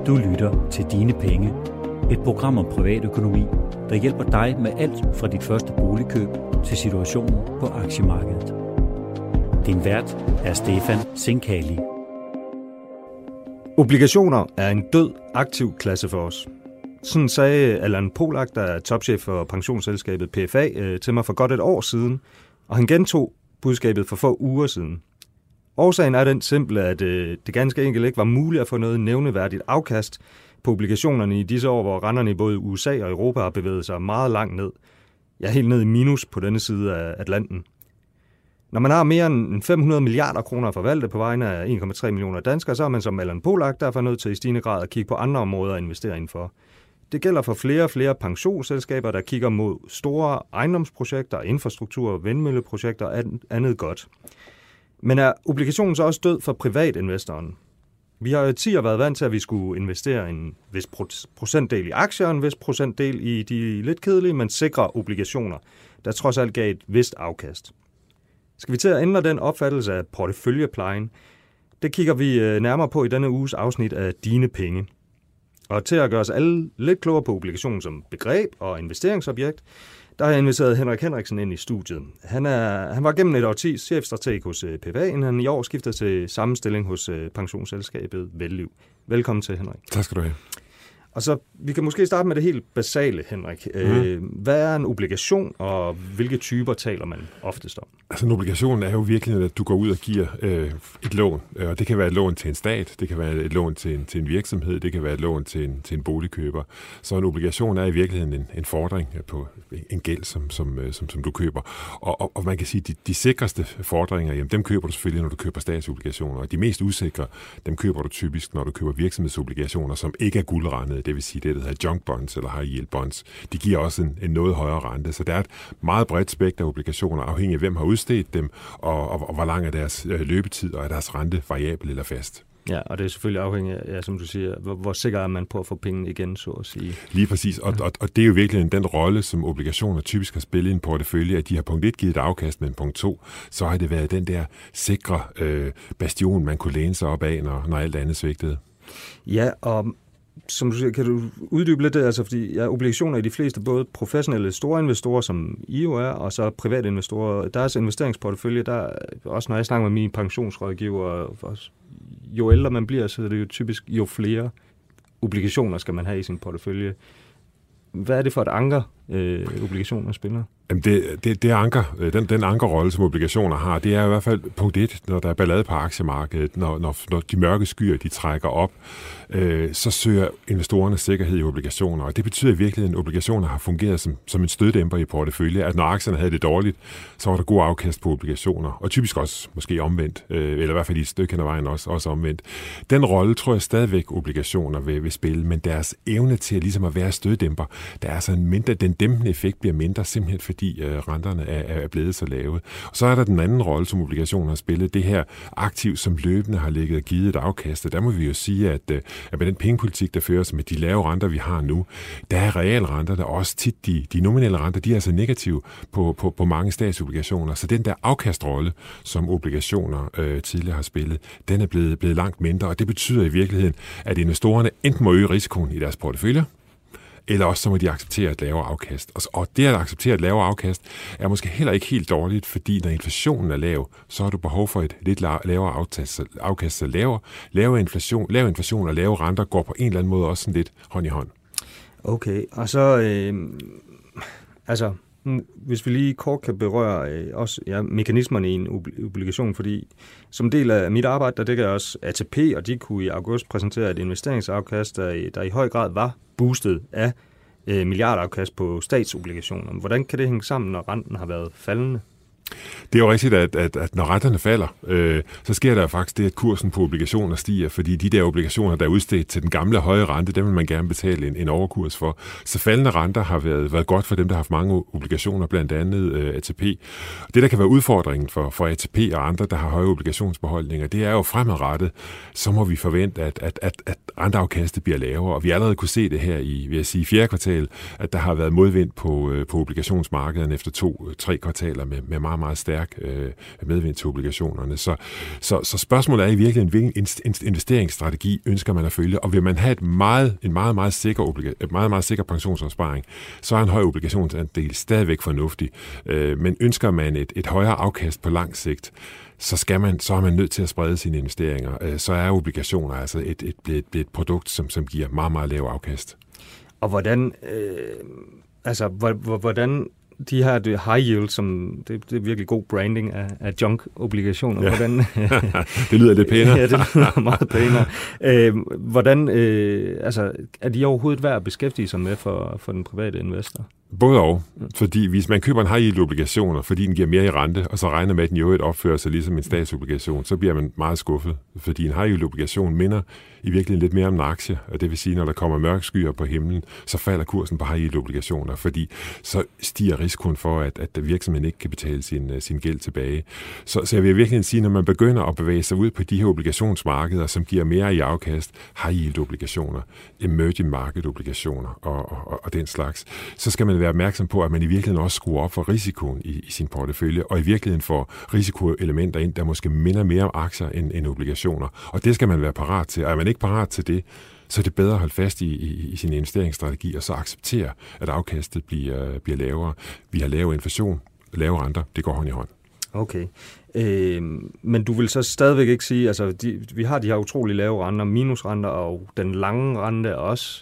Du lytter til Dine Penge, et program om privatøkonomi, der hjælper dig med alt fra dit første boligkøb til situationen på aktiemarkedet. Din vært er Stefan Sinkali. Obligationer er en død aktiv klasse for os. Sådan sagde Allan Polak, der er topchef for pensionsselskabet PFA, til mig for godt et år siden, og han gentog budskabet for få uger siden. Årsagen er den simple, at det ganske enkelt ikke var muligt at få noget nævneværdigt afkast på obligationerne i disse år, hvor renterne i både USA og Europa har bevæget sig meget langt ned. Ja, helt ned i minus på denne side af Atlanten. Når man har mere end 500 milliarder kroner at forvalte på vegne af 1,3 millioner danskere, så er man som Allan Polak derfor nødt til i stigende grad at kigge på andre områder at investere indenfor. Det gælder for flere og flere pensionsselskaber, der kigger mod store ejendomsprojekter, infrastruktur, vindmølleprojekter og andet godt. Men er obligationen så også død for privatinvestoren? Vi har jo 10 år været vant til, at vi skulle investere en vis procentdel i aktier, en vis procentdel i de lidt kedelige, men sikre obligationer, der trods alt gav et vist afkast. Skal vi til at ændre den opfattelse af porteføljeplejen? Det kigger vi nærmere på i denne uges afsnit af Dine Penge. Og til at gøre os alle lidt klogere på obligationen som begreb og investeringsobjekt, der har jeg inviteret Henrik Henriksen ind i studiet. Han var gennem et årti chefstrateg hos PFA, inden han i år skiftede til samme stilling hos pensionsselskabet Velliv. Velkommen til, Henrik. Tak skal du have. Og så, vi kan måske starte med det helt basale, Henrik. Hvad er en obligation, og hvilke typer taler man oftest om? Altså en obligation er jo virkelig, at du går ud og giver et lån. Og det kan være et lån til en stat, det kan være et lån til en virksomhed, det kan være et lån til en boligkøber. Så en obligation er i virkeligheden en fordring på en gæld, som du køber. Og man kan sige, at de sikreste fordringer, jamen, dem køber du selvfølgelig, når du køber statsobligationer. Og de mest usikre, dem køber du typisk, når du køber virksomhedsobligationer, som ikke er guldrandet. Det vil sige det, der hedder junk bonds eller high yield bonds. De giver også en noget højere rente. Så der er et meget bredt spektrum af obligationer, afhængig af hvem har udstedt dem, og hvor lang er deres løbetid, og er deres rente variabel eller fast. Ja, og det er selvfølgelig afhængigt af, som du siger, hvor sikker er man på at få penge igen, så at sige. Lige præcis, og det er jo virkelig den rolle, som obligationer typisk har spillet i en portefølje, at de har punkt 1 givet et afkast, men punkt 2, så har det været den der sikre bastion, man kunne læne sig op af, når alt andet svigtede. Ja, og som du siger, kan du uddybe lidt det, altså fordi obligationer i de fleste, både professionelle store investorer, som I jo er, og så private investorer, deres investeringsportefølje, der også når jeg snakker med mine pensionsrådgiver, jo ældre man bliver, så er det jo typisk jo flere obligationer skal man have i sin portefølje. Hvad er det for et anker, obligationer spiller? Jamen det anker, den ankerrolle, som obligationer har, det er i hvert fald punkt 1, når der er ballade på aktiemarkedet, når de mørke skyer, de trækker op, så søger investorerne sikkerhed i obligationer, og det betyder i virkeligheden, at obligationer har fungeret som en støddæmper i portefølje, at når aktierne havde det dårligt, så var der god afkast på obligationer, og typisk også måske omvendt, eller i hvert fald i et stykke hen ad vejen også omvendt. Den rolle tror jeg stadigvæk obligationer vil spille, men deres evne til at ligesom at være støddæmper, der er så en mindre, den dæmpende effekt bliver mindre, simpelthen fordi renterne er blevet så lave. Og så er der den anden rolle, som obligationer har spillet, det her aktiv, som løbende har ligget og givet et afkast. Og der må vi jo sige, at med den pengepolitik, der føres med de lave renter, vi har nu, der er realrenter, der også tit de nominelle renter, de er altså negative på mange statsobligationer. Så den der afkastrolle, som obligationer tidligere har spillet, den er blevet langt mindre, og det betyder i virkeligheden, at investorerne enten må øge risikoen i deres porteføljer, eller også så må de acceptere et lavere afkast. Og det at acceptere et lavere afkast er måske heller ikke helt dårligt, fordi når inflationen er lav, så har du behov for et lidt lavere afkast. Så lav inflation og lave renter går på en eller anden måde også sådan lidt hånd i hånd. Okay, og så hvis vi lige kort kan berøre også mekanismerne i en obligation, fordi som del af mit arbejde, der dækker også ATP, og de kunne i august præsentere et investeringsafkast, der i høj grad var boostet af milliardafkast på statsobligationer. Hvordan kan det hænge sammen, når renten har været faldende? Det er jo rigtigt, at når renterne falder, så sker der faktisk det, at kursen på obligationer stiger, fordi de der obligationer, der er udstedt til den gamle høje rente, dem vil man gerne betale en overkurs for. Så faldende renter har været godt for dem, der har haft mange obligationer, blandt andet ATP. Det, der kan være udfordringen for ATP og andre, der har høje obligationsbeholdninger, det er jo fremadrettet, så må vi forvente, at renteafkastet bliver lavere, og vi allerede kunne se det her i, fjerde kvartal, at der har været modvind på obligationsmarkederne efter 2-3 kvartaler med meget meget, meget stærk medvind til obligationerne. Så spørgsmålet er i virkeligheden, hvilken investeringsstrategi ønsker man at følge, og vil man have en meget, meget sikker pensionsopsparing, så er en høj obligationsandel stadigvæk fornuftig. Men ønsker man et højere afkast på lang sigt, så er man nødt til at sprede sine investeringer. Så er obligationer altså et produkt, som giver meget, meget lav afkast. Og hvordan de her high yield, som det er virkelig god branding af junk-obligationer. Ja. Hvordan, det lyder lidt pænere. Ja, det lyder meget pænere. Hvordan er de overhovedet værd at beskæftige sig med for den private investor? Både og, fordi hvis man køber en high yield obligationer, fordi den giver mere i rente, og så regner med, at den jo opfører sig ligesom en statsobligation, så bliver man meget skuffet, fordi en high yield obligation minder i virkeligheden lidt mere om en aktie, og det vil sige, når der kommer mørke skyer på himlen, så falder kursen på high yield obligationer, fordi så stiger risikoen for, at virksomheden ikke kan betale sin gæld tilbage. Så jeg vil virkelig sige, når man begynder at bevæge sig ud på de her obligationsmarkeder, som giver mere i afkast, high yield obligationer, emerging market obligationer og den slags, så skal man være opmærksom på, at man i virkeligheden også skruer op for risikoen i sin portefølje, og i virkeligheden får risikoelementer ind, der måske minder mere om aktier end obligationer. Og det skal man være parat til. Og er man ikke parat til det, så er det bedre at holde fast i sin investeringsstrategi, og så acceptere, at afkastet bliver lavere. Vi har lav inflation, lave renter, det går hånd i hånd. Okay. Men du vil så stadigvæk ikke sige, altså vi har de her utrolig lave renter, minusrenter, og den lange rente også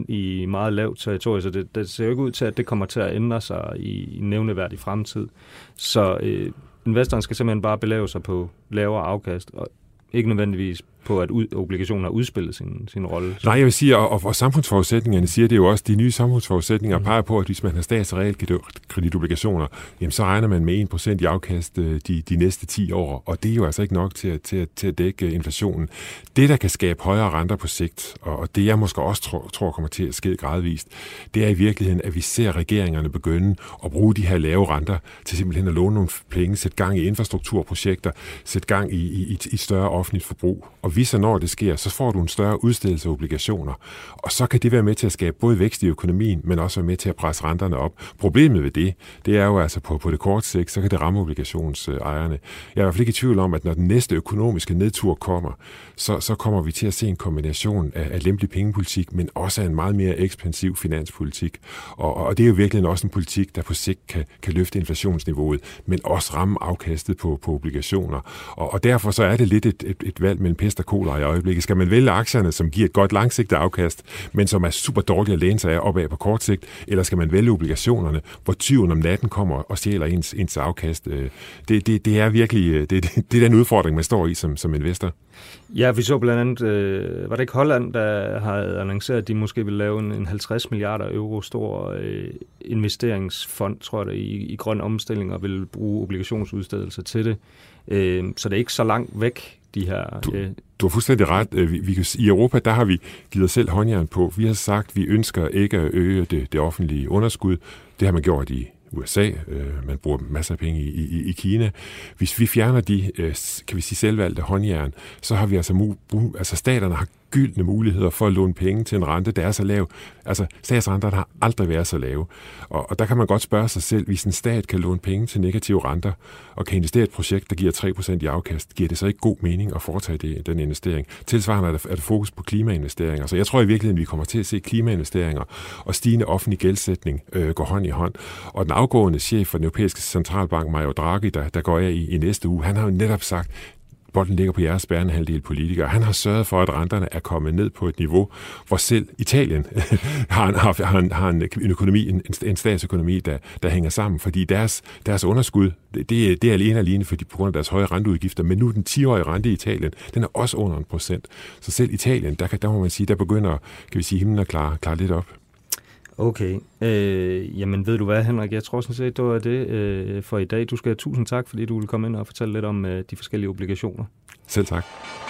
i meget lavt territorie, så det ser jo ikke ud til, at det kommer til at ændre sig i nævneværdig fremtid. Så investoren skal simpelthen bare belave sig på lavere afkast, og ikke nødvendigvis på, at obligationer har udspillet sin rolle. Nej, jeg vil sige, og samfundsforudsætningerne siger det jo også, de nye samfundsforudsætninger peger på, at hvis man har stats- og realkreditobligationer, jamen så regner man med 1% i afkast de næste 10 år, og det er jo altså ikke nok til at dække inflationen. Det, der kan skabe højere renter på sigt, og det jeg måske også tror kommer til at ske gradvist, det er i virkeligheden, at vi ser regeringerne begynde at bruge de her lave renter til simpelthen at låne nogle penge, sætte gang i infrastrukturprojekter, sætte gang i større offentligt forbrug. Og hvis og når det sker, så får du en større udstedelse af obligationer. Og så kan det være med til at skabe både vækst i økonomien, men også være med til at presse renterne op. Problemet ved det er jo altså på det korte sigt, så kan det ramme obligationsejerne. Jeg er i hvert fald ikke i tvivl om, at når den næste økonomiske nedtur kommer, så kommer vi til at se en kombination af lempelig pengepolitik, men også af en meget mere ekspansiv finanspolitik. Og det er jo virkelig også en politik, der på sigt kan løfte inflationsniveauet, men også ramme afkastet på obligationer. Og derfor så er det lidt et valg mellem pest og kolera i øjeblikket. Skal man vælge aktierne, som giver et godt langsigtet afkast, men som er super dårlige at læne sig af opad på kort sigt, eller skal man vælge obligationerne, hvor tyven om natten kommer og stjæler ens afkast? Det er virkelig det er den udfordring, man står i som investor. Ja, vi så blandt andet, var det ikke Holland, der havde annonceret, at de måske ville lave en 50 milliarder euro stor investeringsfond, tror jeg, i grøn omstilling, og ville bruge obligationsudstedelser til det. Så det er ikke så langt væk, de her... Du har fuldstændig ret. I Europa, der har vi givet os selv håndjern på. Vi har sagt, at vi ønsker ikke at øge det offentlige underskud. Det har man gjort i USA. Man bruger masser af penge i Kina. Hvis vi fjerner de, kan vi sige, selvvalgte håndjern, så har vi altså staterne har gyldne muligheder for at låne penge til en rente, der er så lav. Altså, statsrenterne har aldrig været så lave. Og der kan man godt spørge sig selv, hvis en stat kan låne penge til negative renter, og kan investere i et projekt, der giver 3% i afkast, giver det så ikke god mening at foretage den investering? Tilsvarende er der fokus på klimainvesteringer. Så jeg tror i virkeligheden, vi kommer til at se klimainvesteringer og stigende offentlig gældsætning gå hånd i hånd. Og den afgående chef for den europæiske centralbank, Mario Draghi, der går af i næste uge, han har jo netop sagt, bolden ligger på jeres bærende halvdel politikere. Han har sørget for, at renterne er kommet ned på et niveau, hvor selv Italien har en økonomi, en statsøkonomi, der hænger sammen, fordi deres underskud, det er alene fordi på grund af deres høje renteudgifter, men nu den 10-årige rente i Italien, den er også under 1%. Så selv Italien, der må man sige, der begynder, kan vi sige, himlen at klare lidt op. Okay. Jamen ved du hvad, Henrik? Jeg tror sådan set, det var det for i dag. Du skal have tusind tak, fordi du vil komme ind og fortælle lidt om de forskellige obligationer. Selv tak.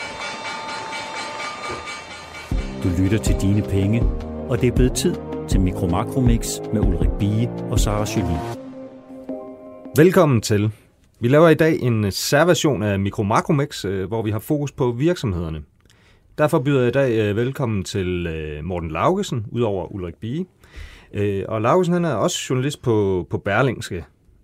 Du lytter til Dine Penge, og det er blevet tid til Mikro Makro Mix med Ulrik Bie og Sara Jolie. Velkommen til. Vi laver i dag en særversion af Mikro Makro Mix, hvor vi har fokus på virksomhederne. Derfor byder jeg i dag velkommen til Morten Laugesen, udover Ulrik Bie. Og Laugesen, han er også journalist på Berlingske.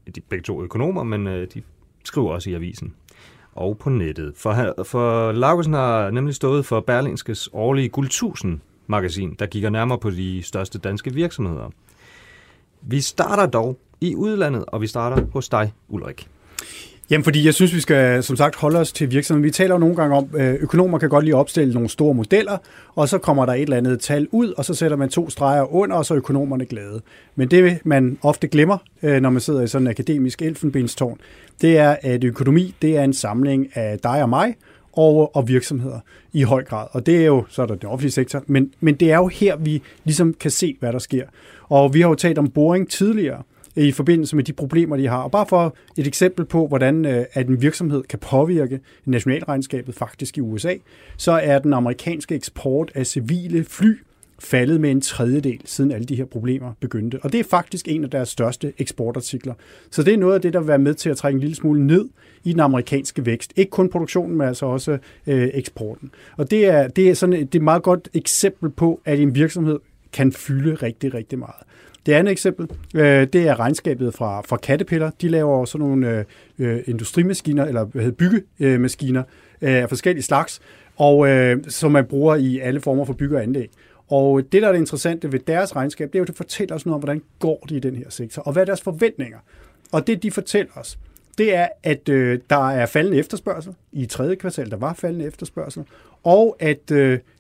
de begge to økonomer, men de skriver også i avisen og på nettet. For Laugesen har nemlig stået for Berlingskes årlige Guld 1000-magasin, der kigger nærmere på de største danske virksomheder. Vi starter dog i udlandet, og vi starter hos dig, Ulrik. Jamen, fordi jeg synes, vi skal som sagt holde os til virksomheden. Vi taler jo nogle gange om, økonomer kan godt lige opstille nogle store modeller, og så kommer der et eller andet tal ud, og så sætter man 2 streger under, og så er økonomerne glade. Men det, man ofte glemmer, når man sidder i sådan en akademisk elfenbenstårn, det er, at økonomi, det er en samling af dig og mig, og virksomheder i høj grad. Og det er jo, så er der den offentlige sektor, men det er jo her, vi ligesom kan se, hvad der sker. Og vi har jo talt om Boring tidligere, i forbindelse med de problemer, de har. Og bare for et eksempel på, hvordan at en virksomhed kan påvirke nationalregnskabet faktisk i USA, så er den amerikanske eksport af civile fly faldet med 1/3 siden alle de her problemer begyndte. Og det er faktisk en af deres største eksportartikler. Så det er noget af det, der vil være med til at trække en lille smule ned i den amerikanske vækst. Ikke kun produktionen, men altså også eksporten. Og det er sådan et meget godt eksempel på, at en virksomhed kan fylde rigtig, rigtig meget. Det andet eksempel, det er regnskabet fra Caterpillar. De laver sådan nogle industrimaskiner, eller byggemaskiner af forskellige slags, og som man bruger i alle former for bygge og anlæg. Og det, der er det interessante ved deres regnskab, det er jo, at det fortæller os noget om, hvordan går det i den her sektor, og hvad er deres forventninger. Og det, de fortæller os, det er, at der er faldende efterspørgsel. I 3. kvartal, der var faldende efterspørgsel, og at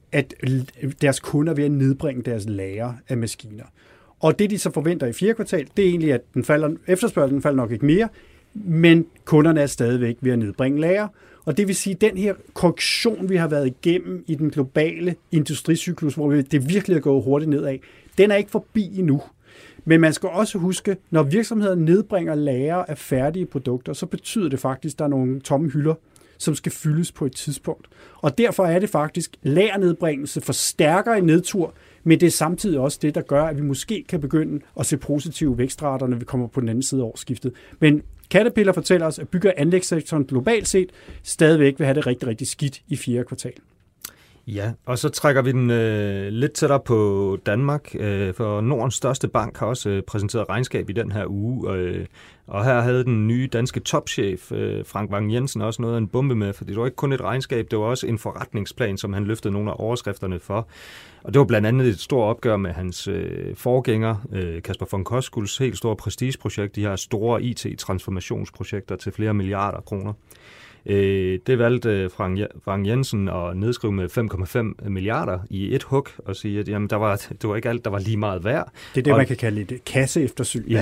deres kunder er ved at nedbringe deres lager af maskiner. Og det, de så forventer i 4. kvartal, det er egentlig, at efterspørgselen falder nok ikke mere, men kunderne er stadigvæk ved at nedbringe lager. Og det vil sige, at den her korrektion, vi har været igennem i den globale industricyklus, hvor det virkelig er gået hurtigt nedad, den er ikke forbi endnu. Men man skal også huske, når virksomheder nedbringer lager af færdige produkter, så betyder det faktisk, at der er nogle tomme hylder, som skal fyldes på et tidspunkt. Og derfor er det faktisk, lagernedbringelse forstærker en nedtur, men det er samtidig også det, der gør, at vi måske kan begynde at se positive vækstrater, når vi kommer på den anden side af årsskiftet. Men Caterpillar fortæller os, at bygge- og anlægssektoren globalt set stadigvæk vil have det rigtig, rigtig skidt i 4. kvartal. Ja, og så trækker vi den lidt tættere på Danmark, for Nordens største bank har også præsenteret regnskab i den her uge, og her havde den nye danske topchef, Frank Vang Jensen, også noget af en bombe med, for det var ikke kun et regnskab, det var også en forretningsplan, som han løftede nogle af overskrifterne for. Og det var blandt andet et stort opgør med hans forgænger, Kasper von Koskuls helt store prestigeprojekt, de her store IT-transformationsprojekter til flere milliarder kroner. Det valgte Frank Jensen at nedskrive med 5,5 milliarder i et hug og sige, at jamen, det var ikke alt, der var lige meget værd. Det er det, man kan kalde et kasseeftersyn. Ja.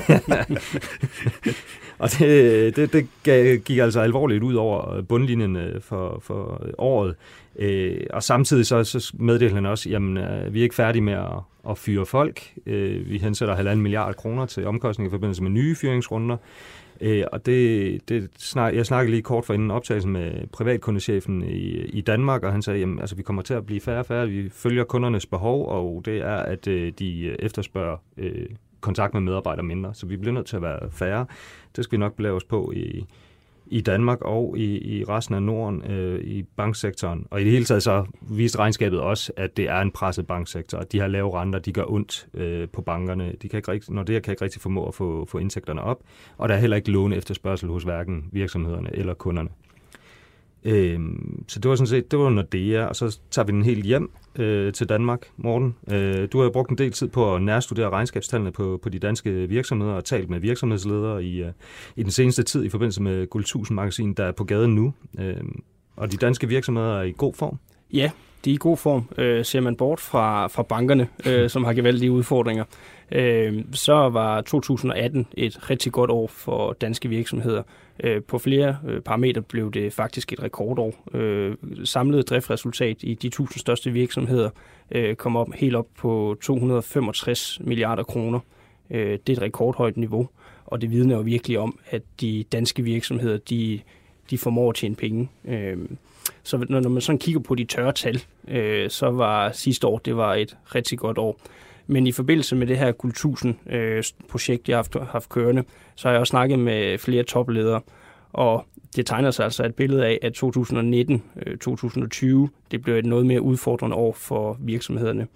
Og det gik altså alvorligt ud over bundlinjen for året. Og samtidig så meddelte han også, jamen vi er ikke færdige med at fyre folk. Vi hensætter 1,5 milliard kroner til omkostninger i forbindelse med nye fyringsrunder. Og jeg snakkede lige kort forinden optagelsen med privatkundechefen i Danmark, og han sagde, jamen, altså, vi kommer til at blive færre og færre, vi følger kundernes behov, og det er, at de efterspørger kontakt med medarbejdere mindre, så vi bliver nødt til at være færre. Det skal vi nok belære os på i Danmark og i resten af Norden, i banksektoren. Og i det hele taget så viste regnskabet også, at det er en presset banksektor, og de her lave renter, de gør ondt på bankerne. De kan ikke rigtig, når det kan ikke rigtig formå at få indtægterne op, og der er heller ikke låne efterspørgsel hos hverken virksomhederne eller kunderne. Så det var sådan set, det var Nordea, og så tager vi den helt hjem til Danmark, Morten. Du har brugt en del tid på at nærstudere regnskabstallene på de danske virksomheder og talt med virksomhedsledere i den seneste tid i forbindelse med Guld 1000-magasin, der er på gaden nu. Og de danske virksomheder er i god form? Ja, de er i god form. Ser man bort fra bankerne, som har gevaldige udfordringer, så var 2018 et rigtig godt år for danske virksomheder. På flere parametre blev det faktisk et rekordår. Samlet driftsresultat i de 1000 største virksomheder kom helt op på 265 milliarder kroner. Det er et rekordhøjt niveau, og det vidner jo virkelig om, at de danske virksomheder, de formår at tjene penge. Så når man sådan kigger på de tørre tal, så var sidste år, det var et rigtig godt år. Men i forbindelse med det her Guld 1000-projekt, jeg har haft kørende, så har jeg også snakket med flere topledere, og det tegner sig altså et billede af, at 2019-2020, det bliver et noget mere udfordrende år for virksomhederne.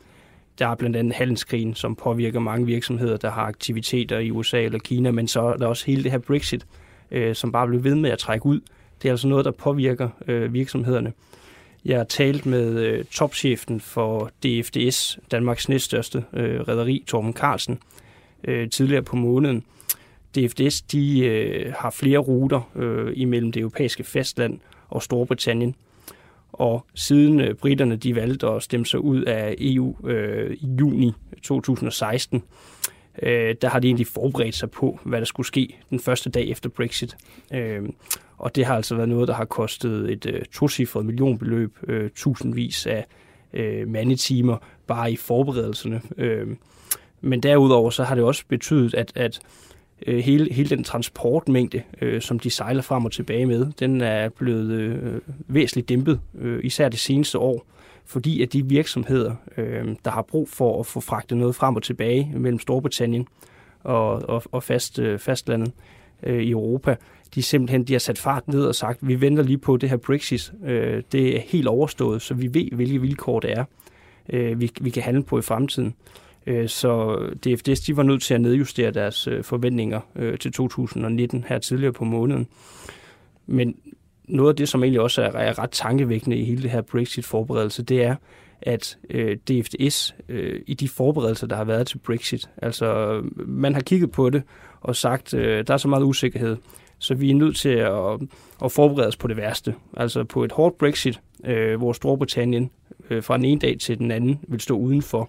Der er blandt andet handelskrigen, som påvirker mange virksomheder, der har aktiviteter i USA eller Kina, men så er der også hele det her Brexit, som bare bliver ved med at trække ud. Det er altså noget, der påvirker virksomhederne. Jeg har talt med topchefen for DFDS, Danmarks næststørste rederi, Torben Carlsen, tidligere på måneden. DFDS har flere ruter imellem det europæiske fastland og Storbritannien. Og siden briterne de valgte at stemme sig ud af EU i juni 2016, der har de egentlig forberedt sig på, hvad der skulle ske den første dag efter Brexit. Og det har altså været noget, der har kostet et tocifret millionbeløb, tusindvis af mandetimer bare i forberedelserne. Men derudover så har det også betydet, at hele den transportmængde, som de sejler frem og tilbage med, den er blevet væsentligt dæmpet, især det seneste år, fordi at de virksomheder, der har brug for at få fragtet noget frem og tilbage mellem Storbritannien og fastlandet i Europa, de har sat fart ned og sagt, vi venter lige på det her Brexit, det er helt overstået, så vi ved, hvilke vilkår det er, vi kan handle på i fremtiden. Så DFDS de var nødt til at nedjustere deres forventninger til 2019 her tidligere på måneden. Men noget af det, som egentlig også er ret tankevækkende i hele det her Brexit-forberedelse, det er, at DFDS i de forberedelser, der har været til Brexit, altså man har kigget på det og sagt, der er så meget usikkerhed, så vi er nødt til at forberede os på det værste. Altså på et hårdt Brexit, hvor Storbritannien fra den ene dag til den anden vil stå uden for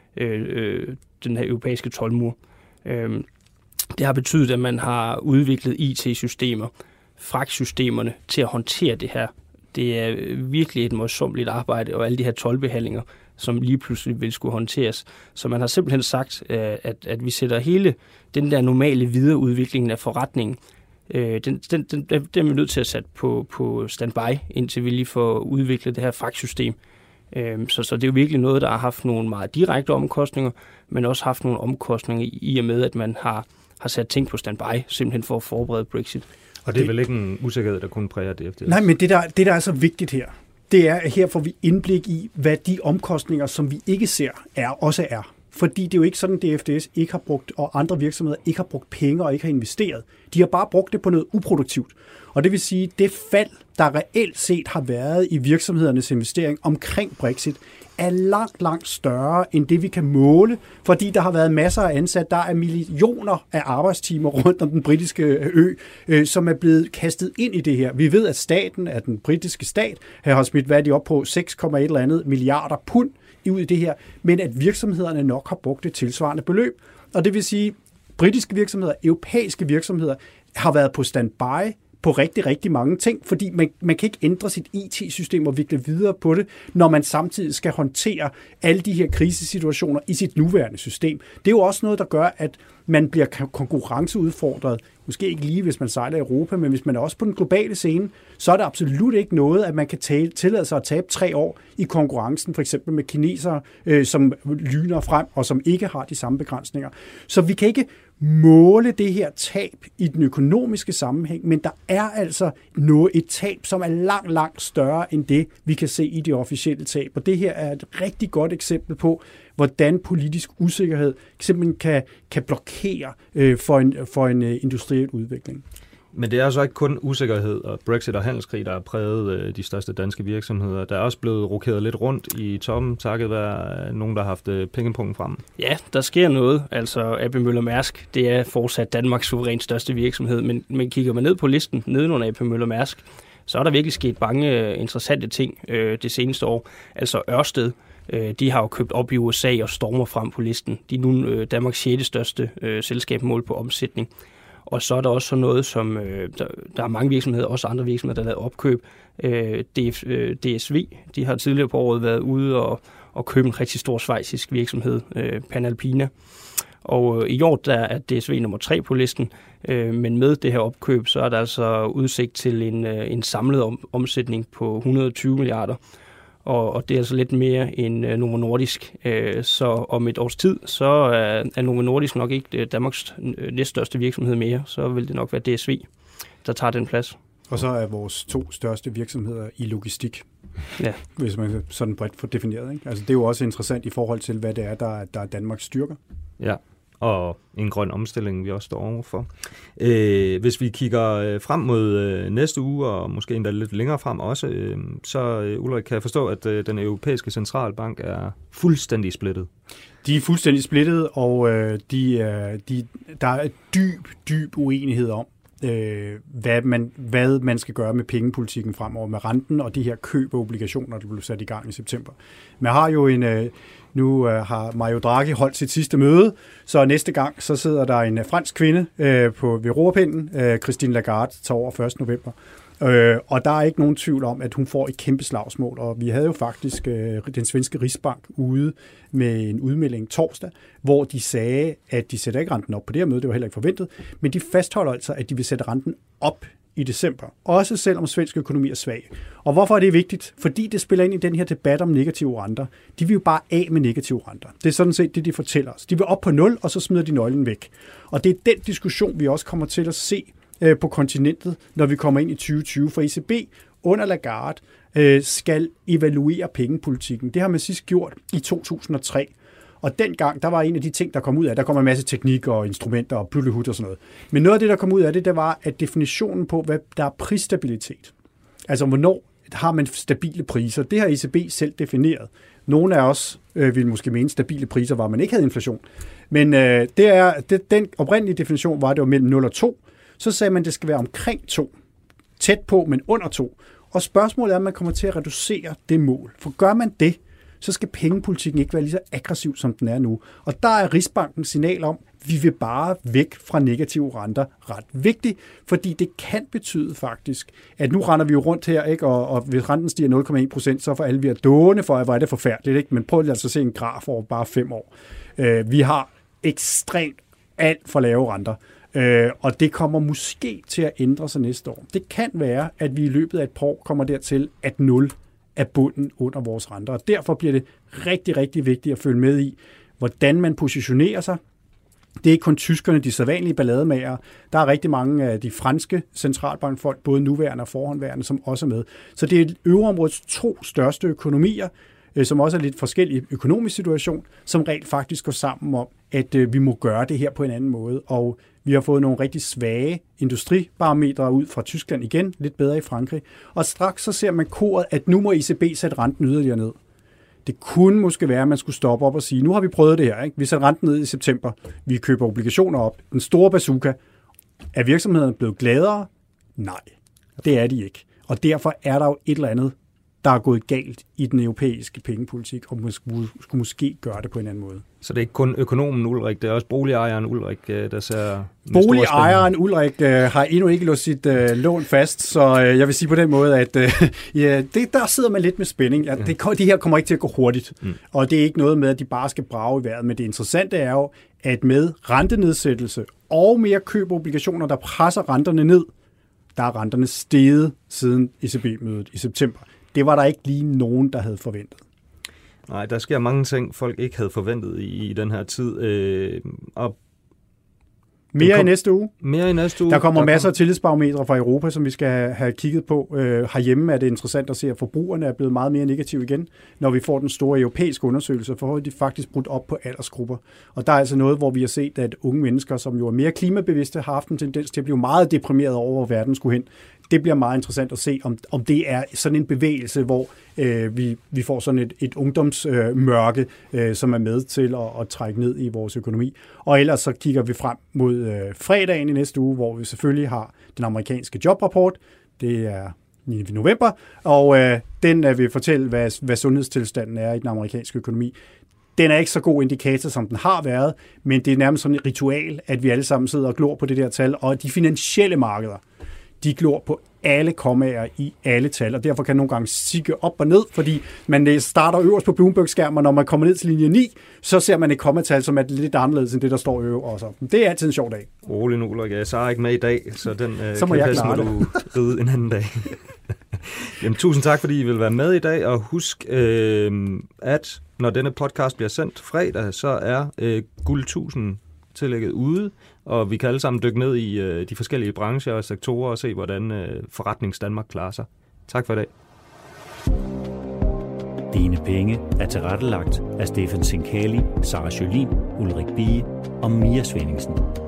den her europæiske toldmur. Det har betydet, at man har udviklet IT-systemer, fragtsystemerne til at håndtere det her. Det er virkelig et møjsommeligt arbejde, og alle de her toldbehandlinger, som lige pludselig vil skulle håndteres. Så man har simpelthen sagt, at vi sætter hele den der normale videreudvikling af forretningen, den er vi nødt til at sætte på standby, indtil vi lige får udviklet det her fragtsystem. Så det er jo virkelig noget, der har haft nogle meget direkte omkostninger, men også haft nogle omkostninger i og med, at man har sat ting på standby, simpelthen for at forberede Brexit. Og det er vel ikke en usikkerhed, der kun præger DFDS? Nej, men det der er så vigtigt her, det er, at her får vi indblik i, hvad de omkostninger, som vi ikke ser, også er. Fordi det er jo ikke sådan, at DFDS ikke har brugt, og andre virksomheder ikke har brugt penge og ikke har investeret. De har bare brugt det på noget uproduktivt. Og det vil sige, det fald, der reelt set har været i virksomhedernes investering omkring Brexit, er langt større end det, vi kan måle, fordi der har været masser af ansat. Der er millioner af arbejdstimer rundt om den britiske ø, som er blevet kastet ind i det her. Vi ved, at staten, at den britiske stat, har smidt hvad de op på 6,1 milliarder pund ud i det her, men at virksomhederne nok har brugt et tilsvarende beløb. Og det vil sige, britiske virksomheder, europæiske virksomheder har været på standby på rigtig mange ting, fordi man kan ikke ændre sit IT-system og vikle videre på det, når man samtidig skal håndtere alle de her krisesituationer i sit nuværende system. Det er jo også noget, der gør, at man bliver konkurrenceudfordret, måske ikke lige, hvis man sejler i Europa, men hvis man er også på den globale scene, så er det absolut ikke noget, at man kan tillade sig at tabe 3 år i konkurrencen, for eksempel med kinesere, som lyner frem, og som ikke har de samme begrænsninger. Så vi kan ikke måle det her tab i den økonomiske sammenhæng, men der er altså et tab, som er langt større end det, vi kan se i de officielle tab. Og det her er et rigtig godt eksempel på, hvordan politisk usikkerhed simpelthen kan blokere for en industriel udvikling. Men det er altså ikke kun usikkerhed og Brexit og handelskrig, der har præget de største danske virksomheder. Der er også blevet rokeret lidt rundt i toppen, takket være nogen, der har haft pengepunkten frem. Ja, der sker noget. Altså AP Møller Mærsk, det er fortsat Danmarks suverænt største virksomhed, men kigger man ned på listen, nedenunder AP Møller Mærsk, så er der virkelig sket mange interessante ting det seneste år. Altså Ørsted, de har jo købt op i USA og stormer frem på listen. De er nu Danmarks 6. største selskab målt på omsætning. Og så er der også sådan noget, som der er mange virksomheder, også andre virksomheder, der har lavet opkøb. DSV, de har tidligere på året været ude og købe en rigtig stor schweizisk virksomhed, Panalpina. Og i år der er DSV nummer 3 på listen, men med det her opkøb, så er der altså udsigt til en samlet omsætning på 120 milliarder. Og det er altså lidt mere end Novo Nordisk. Så om et års tid, så er Novo Nordisk nok ikke Danmarks næststørste virksomhed mere. Så vil det nok være DSV, der tager den plads. Og så er vores 2 største virksomheder i logistik. Ja. Hvis man sådan bredt får defineret. Ikke? Altså, det er jo også interessant i forhold til, hvad det er, der er Danmarks styrker. Ja, og en grøn omstilling, vi også står overfor. Hvis vi kigger frem mod næste uge, og måske endda lidt længere frem også, så Ulrik, kan jeg forstå, at den europæiske centralbank er fuldstændig splittet. De er fuldstændig splittet, og der er dyb uenighed om, hvad man skal gøre med pengepolitikken fremover, med renten og de her køb af obligationer, der blev sat i gang i september. Man har jo nu har Mario Draghi holdt sit sidste møde, så næste gang så sidder der en fransk kvinde ved rorpinden, Christine Lagarde, tager over 1. november. Og der er ikke nogen tvivl om, at hun får et kæmpe slagsmål, og vi havde jo faktisk den svenske Rigsbank ude med en udmelding torsdag, hvor de sagde, at de sætter ikke renten op på det her møde, det var heller ikke forventet, men de fastholder altså, at de vil sætte renten op i december, også selvom svensk økonomi er svag. Og hvorfor er det vigtigt? Fordi det spiller ind i den her debat om negative renter. De vil jo bare af med negative renter. Det er sådan set det, de fortæller os. De vil op på 0, og så smider de nøglen væk. Og det er den diskussion, vi også kommer til at se på kontinentet, når vi kommer ind i 2020, for ECB under Lagarde skal evaluere pengepolitikken. Det har man sidst gjort i 2003. Og dengang, der var en af de ting, der kom ud af, der kom en masse teknik og instrumenter og bludehud og sådan noget. Men noget af det, der kom ud af det, var, at definitionen på, hvad der er prisstabilitet. Altså, hvornår har man stabile priser? Det har ECB selv defineret. Nogle af os ville måske mene, stabile priser var, at man ikke havde inflation. Men den oprindelige definition var, at det var mellem 0 og 2. Så sagde man, at det skal være omkring 2. Tæt på, men under 2. Og spørgsmålet er, om man kommer til at reducere det mål. For gør man det, så skal pengepolitikken ikke være lige så aggressiv, som den er nu. Og der er Rigsbankens signal om, at vi vil bare væk fra negative renter ret vigtigt, fordi det kan betyde faktisk, at nu render vi jo rundt her, ikke? Og hvis renten stiger 0,1%, så får alle vi er dående for, at hvor er det forfærdeligt. Ikke? Men prøv lige altså at se en graf over bare 5 år. Vi har ekstremt alt for lave renter. Og det kommer måske til at ændre sig næste år. Det kan være, at vi i løbet af et par år kommer dertil, at 0 er bunden under vores renter. Og derfor bliver det rigtig, rigtig vigtigt at følge med i, hvordan man positionerer sig. Det er ikke kun tyskerne, de sædvanlige ballademager. Der er rigtig mange af de franske centralbankfolk, både nuværende og forhåndværende, som også er med. Så det er euroområdets 2 største økonomier, som også er lidt forskellige økonomisk situation, som rent faktisk går sammen om, at vi må gøre det her på en anden måde. Og vi har fået nogle rigtig svage industribarometre ud fra Tyskland igen, lidt bedre i Frankrig. Og straks så ser man koret, at nu må ECB sætte renten yderligere ned. Det kunne måske være, at man skulle stoppe op og sige, nu har vi prøvet det her. Ikke? Vi sætter renten ned i september. Vi køber obligationer op. Den store bazooka. Er virksomhederne blevet gladere? Nej, det er de ikke. Og derfor er der jo et eller andet, der er gået galt i den europæiske pengepolitik, og man skulle måske gøre det på en anden måde. Så det er ikke kun økonomen Ulrik, det er også boligejeren Ulrik, der ser... Boligejeren Ulrik har endnu ikke låst sit lån fast, så jeg vil sige på den måde, at der sidder man lidt med spænding. Ja, det her kommer ikke til at gå hurtigt, og det er ikke noget med, at de bare skal brage i vejret, men det interessante er jo, at med rentenedsættelse og mere køb obligationer, der presser renterne ned, der er renterne steget siden ECB-mødet i september. Det var der ikke lige nogen, der havde forventet. Nej, der sker mange ting, folk ikke havde forventet i den her tid. Mere i næste uge. Mere i næste uge. Der kommer masser af tillidsbarometre fra Europa, som vi skal have kigget på. Herhjemme er det interessant at se, at forbrugerne er blevet meget mere negative igen, når vi får den store europæiske undersøgelse, for de faktisk brudt op på aldersgrupper. Og der er altså noget, hvor vi har set, at unge mennesker, som jo er mere klimabevidste, har haft en tendens til at blive meget deprimeret over, hvor verden skulle hen. Det bliver meget interessant at se, om det er sådan en bevægelse, hvor vi får sådan et ungdomsmørke, som er med til at trække ned i vores økonomi. Og ellers så kigger vi frem mod fredagen i næste uge, hvor vi selvfølgelig har den amerikanske jobrapport. Det er 9. november, og den vil fortælle, hvad sundhedstilstanden er i den amerikanske økonomi. Den er ikke så god indikator, som den har været, men det er nærmest sådan et ritual, at vi alle sammen sidder og glor på det der tal, og de finansielle markeder, de glor på alle kommaer i alle tal, og derfor kan nogle gange sigge op og ned, fordi man starter øverst på Bloomberg-skærmen, og når man kommer ned til linje 9, så ser man et kommatal, som er lidt anderledes end det, der står øverst. Det er altid en sjov dag. Rolig nu, Ulrik. Jeg er ikke med i dag, så den så må du ride en anden dag. Jamen, tusind tak, fordi I vil være med i dag, og husk, at når denne podcast bliver sendt fredag, så er Guld 1000 tillægget ude, og vi kan alle sammen dykke ned i de forskellige brancher og sektorer og se, hvordan Forretnings Danmark klarer sig. Tak for i dag. Dine Penge er tilrettelagt af Stefan Sinkali, Sara Jolin, Ulrik Bie og Mia Svenningsen.